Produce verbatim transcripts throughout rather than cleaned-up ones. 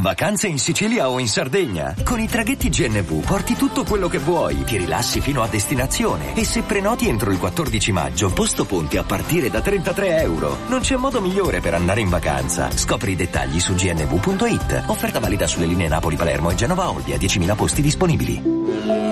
Vacanze in Sicilia o in Sardegna? Con i traghetti G N V porti tutto quello che vuoi, ti rilassi fino a destinazione e se prenoti entro il quattordici maggio, posto ponti a partire da trentatré euro. Non c'è modo migliore per andare in vacanza. Scopri i dettagli su g n v punto i t. Offerta valida sulle linee Napoli-Palermo e Genova-Olbia, diecimila posti disponibili.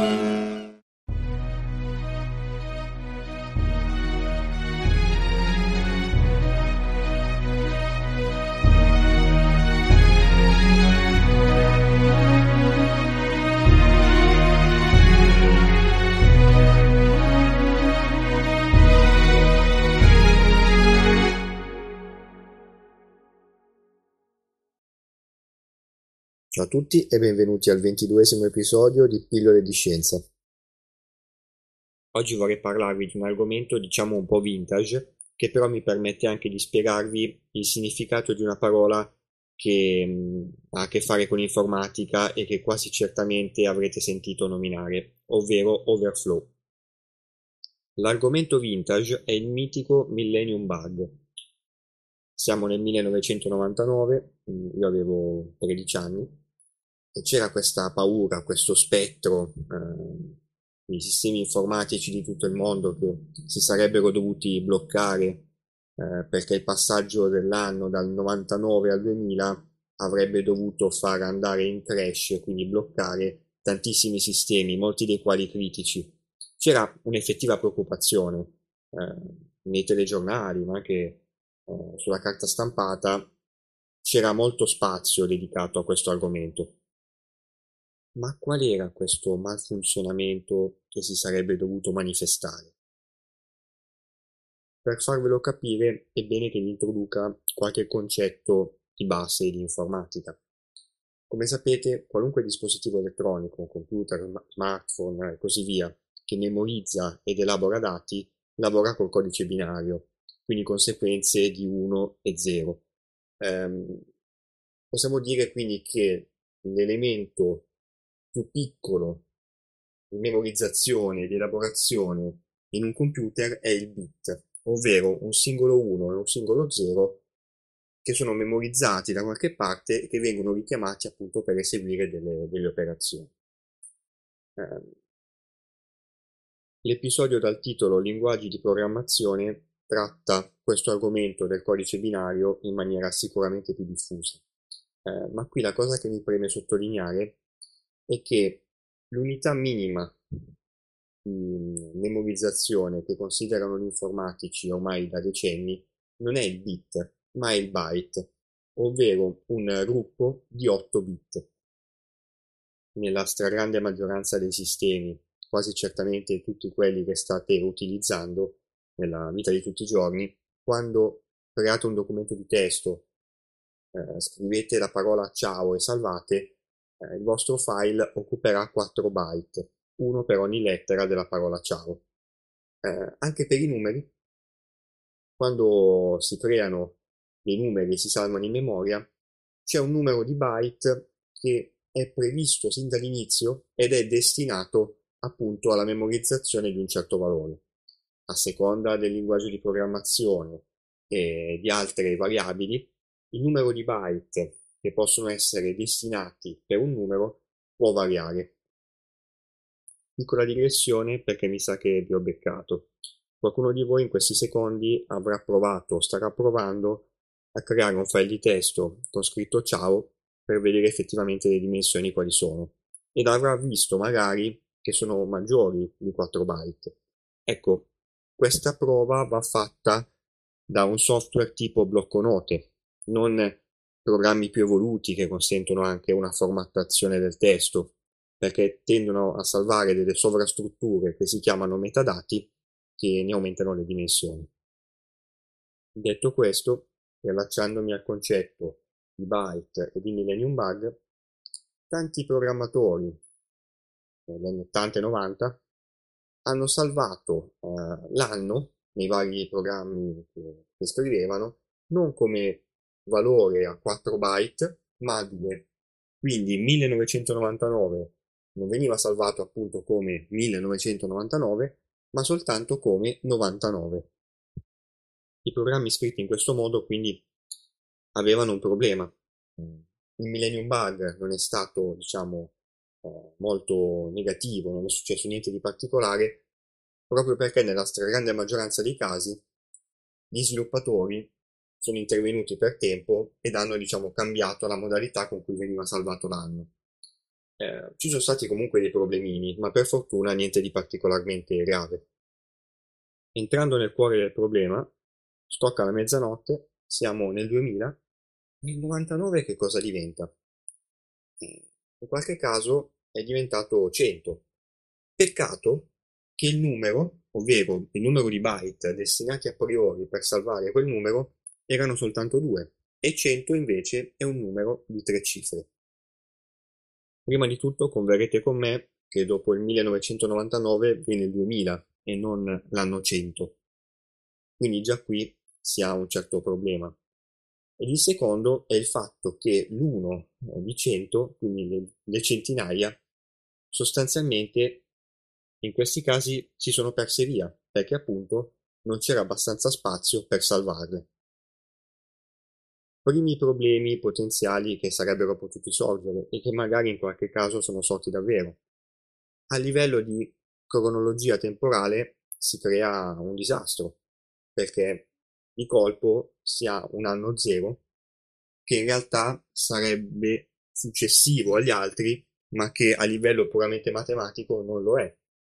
Ciao a tutti e benvenuti al ventiduesimo episodio di Pillole di Scienza. Oggi vorrei parlarvi di un argomento diciamo un po' vintage, che però mi permette anche di spiegarvi il significato di una parola che mh, ha a che fare con informatica e che quasi certamente avrete sentito nominare, ovvero overflow. L'argomento vintage è il mitico Millennium Bug. Siamo nel millenovecentonovantanove, io avevo tredici anni, e c'era questa paura, questo spettro eh, di sistemi informatici di tutto il mondo che si sarebbero dovuti bloccare eh, perché il passaggio dell'anno dal novantanove al duemila avrebbe dovuto far andare in crash, quindi bloccare tantissimi sistemi, molti dei quali critici. C'era un'effettiva preoccupazione eh, nei telegiornali, ma anche eh, sulla carta stampata, c'era molto spazio dedicato a questo argomento. Ma qual era questo malfunzionamento che si sarebbe dovuto manifestare? Per farvelo capire è bene che vi introduca qualche concetto di base di informatica. Come sapete, qualunque dispositivo elettronico, computer, smartphone e così via, che memorizza ed elabora dati, lavora col codice binario, quindi conseguenze di uno e zero. Ehm, possiamo dire quindi che l'elemento più piccolo di memorizzazione e di elaborazione in un computer è il bit, ovvero un singolo uno e un singolo zero che sono memorizzati da qualche parte e che vengono richiamati appunto per eseguire delle, delle operazioni. Eh, l'episodio dal titolo Linguaggi di programmazione tratta questo argomento del codice binario in maniera sicuramente più diffusa. Eh, ma qui la cosa che mi preme sottolineare è che l'unità minima di memorizzazione che considerano gli informatici ormai da decenni non è il bit, ma è il byte, ovvero un gruppo di otto bit. Nella stragrande maggioranza dei sistemi, quasi certamente tutti quelli che state utilizzando nella vita di tutti i giorni, quando create un documento di testo, eh, scrivete la parola ciao e salvate, il vostro file occuperà quattro byte, uno per ogni lettera della parola ciao. Eh, anche per i numeri, quando si creano dei numeri e si salvano in memoria, c'è un numero di byte che è previsto sin dall'inizio ed è destinato appunto alla memorizzazione di un certo valore. A seconda del linguaggio di programmazione e di altre variabili, il numero di byte che possono essere destinati per un numero può variare. Piccola digressione perché mi sa che vi ho beccato. Qualcuno di voi in questi secondi avrà provato o starà provando a creare un file di testo con scritto ciao per vedere effettivamente le dimensioni quali sono ed avrà visto magari che sono maggiori di quattro byte. Ecco, questa prova va fatta da un software tipo blocco note, non programmi più evoluti che consentono anche una formattazione del testo, perché tendono a salvare delle sovrastrutture che si chiamano metadati che ne aumentano le dimensioni. Detto questo, rilacciandomi al concetto di byte e di Millennium Bug, tanti programmatori negli anni ottanta e novanta hanno salvato eh, l'anno nei vari programmi che, che scrivevano non come valore a quattro byte ma a due. Quindi millenovecentonovantanove non veniva salvato appunto come millenovecentonovantanove ma soltanto come novantanove. I programmi scritti in questo modo quindi avevano un problema. il Millennium Bug non è stato, diciamo, eh, molto negativo, non è successo niente di particolare, proprio perché nella stragrande maggioranza dei casi gli sviluppatori sono intervenuti per tempo ed hanno, diciamo, cambiato la modalità con cui veniva salvato l'anno. Eh, ci sono stati comunque dei problemini, ma per fortuna niente di particolarmente grave. Entrando nel cuore del problema, scocca la mezzanotte, siamo nel duemila, nel novantanove che cosa diventa? In qualche caso è diventato cento. Peccato che il numero, ovvero il numero di byte destinati a priori per salvare quel numero, erano soltanto due, e cento invece è un numero di tre cifre. Prima di tutto converrete con me che dopo il millenovecentonovantanove viene il duemila e non l'anno cento. Quindi già qui si ha un certo problema. Ed il secondo è il fatto che l'uno di cento, quindi le, le centinaia, sostanzialmente in questi casi si sono perse via, perché appunto non c'era abbastanza spazio per salvarle. Primi problemi potenziali che sarebbero potuti sorgere e che magari in qualche caso sono sorti davvero. A livello di cronologia temporale si crea un disastro, perché di colpo si ha un anno zero che in realtà sarebbe successivo agli altri, ma che a livello puramente matematico non lo è.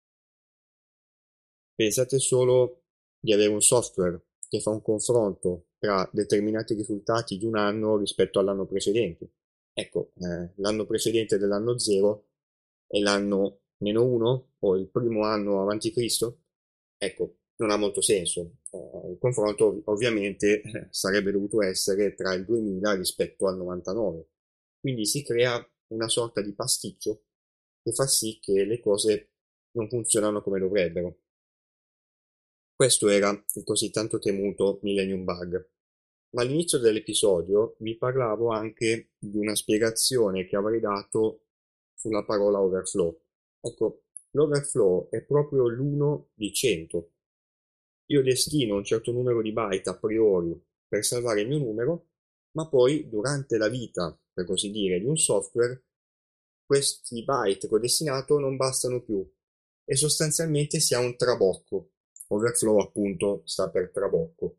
Pensate solo di avere un software che fa un confronto tra determinati risultati di un anno rispetto all'anno precedente. Ecco, eh, l'anno precedente dell'anno zero è l'anno meno uno o il primo anno avanti Cristo. Ecco, non ha molto senso. Eh, il confronto ov- ovviamente eh, sarebbe dovuto essere tra il duemila rispetto al novantanove. Quindi si crea una sorta di pasticcio che fa sì che le cose non funzionano come dovrebbero. Questo era il così tanto temuto Millennium Bug. Ma all'inizio dell'episodio vi parlavo anche di una spiegazione che avrei dato sulla parola overflow. Ecco, l'overflow è proprio l'uno di cento. Io destino un certo numero di byte a priori per salvare il mio numero, ma poi durante la vita, per così dire, di un software, questi byte che ho destinato non bastano più e sostanzialmente si ha un trabocco. Overflow appunto sta per trabocco.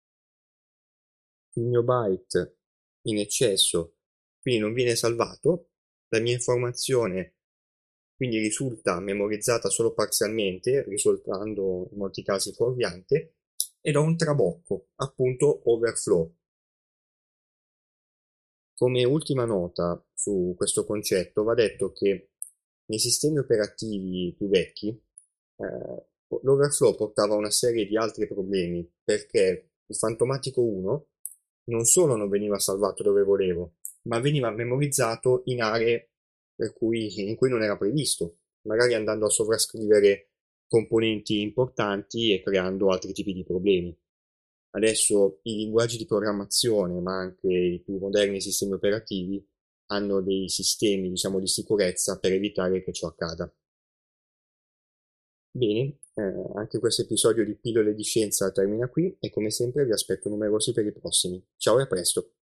Il mio byte in eccesso quindi non viene salvato, la mia informazione quindi risulta memorizzata solo parzialmente, risultando in molti casi fuorviante, ed ho un trabocco, appunto overflow. Come ultima nota su questo concetto va detto che nei sistemi operativi più vecchi eh, l'overflow portava una serie di altri problemi, perché il Fantomatico uno non solo non veniva salvato dove volevo, ma veniva memorizzato in aree per cui, in cui non era previsto, magari andando a sovrascrivere componenti importanti e creando altri tipi di problemi. Adesso i linguaggi di programmazione, ma anche i più moderni sistemi operativi, hanno dei sistemi, diciamo, di sicurezza per evitare che ciò accada. Bene, eh, anche questo episodio di Pillole di Scienza termina qui e come sempre vi aspetto numerosi per i prossimi. Ciao e a presto!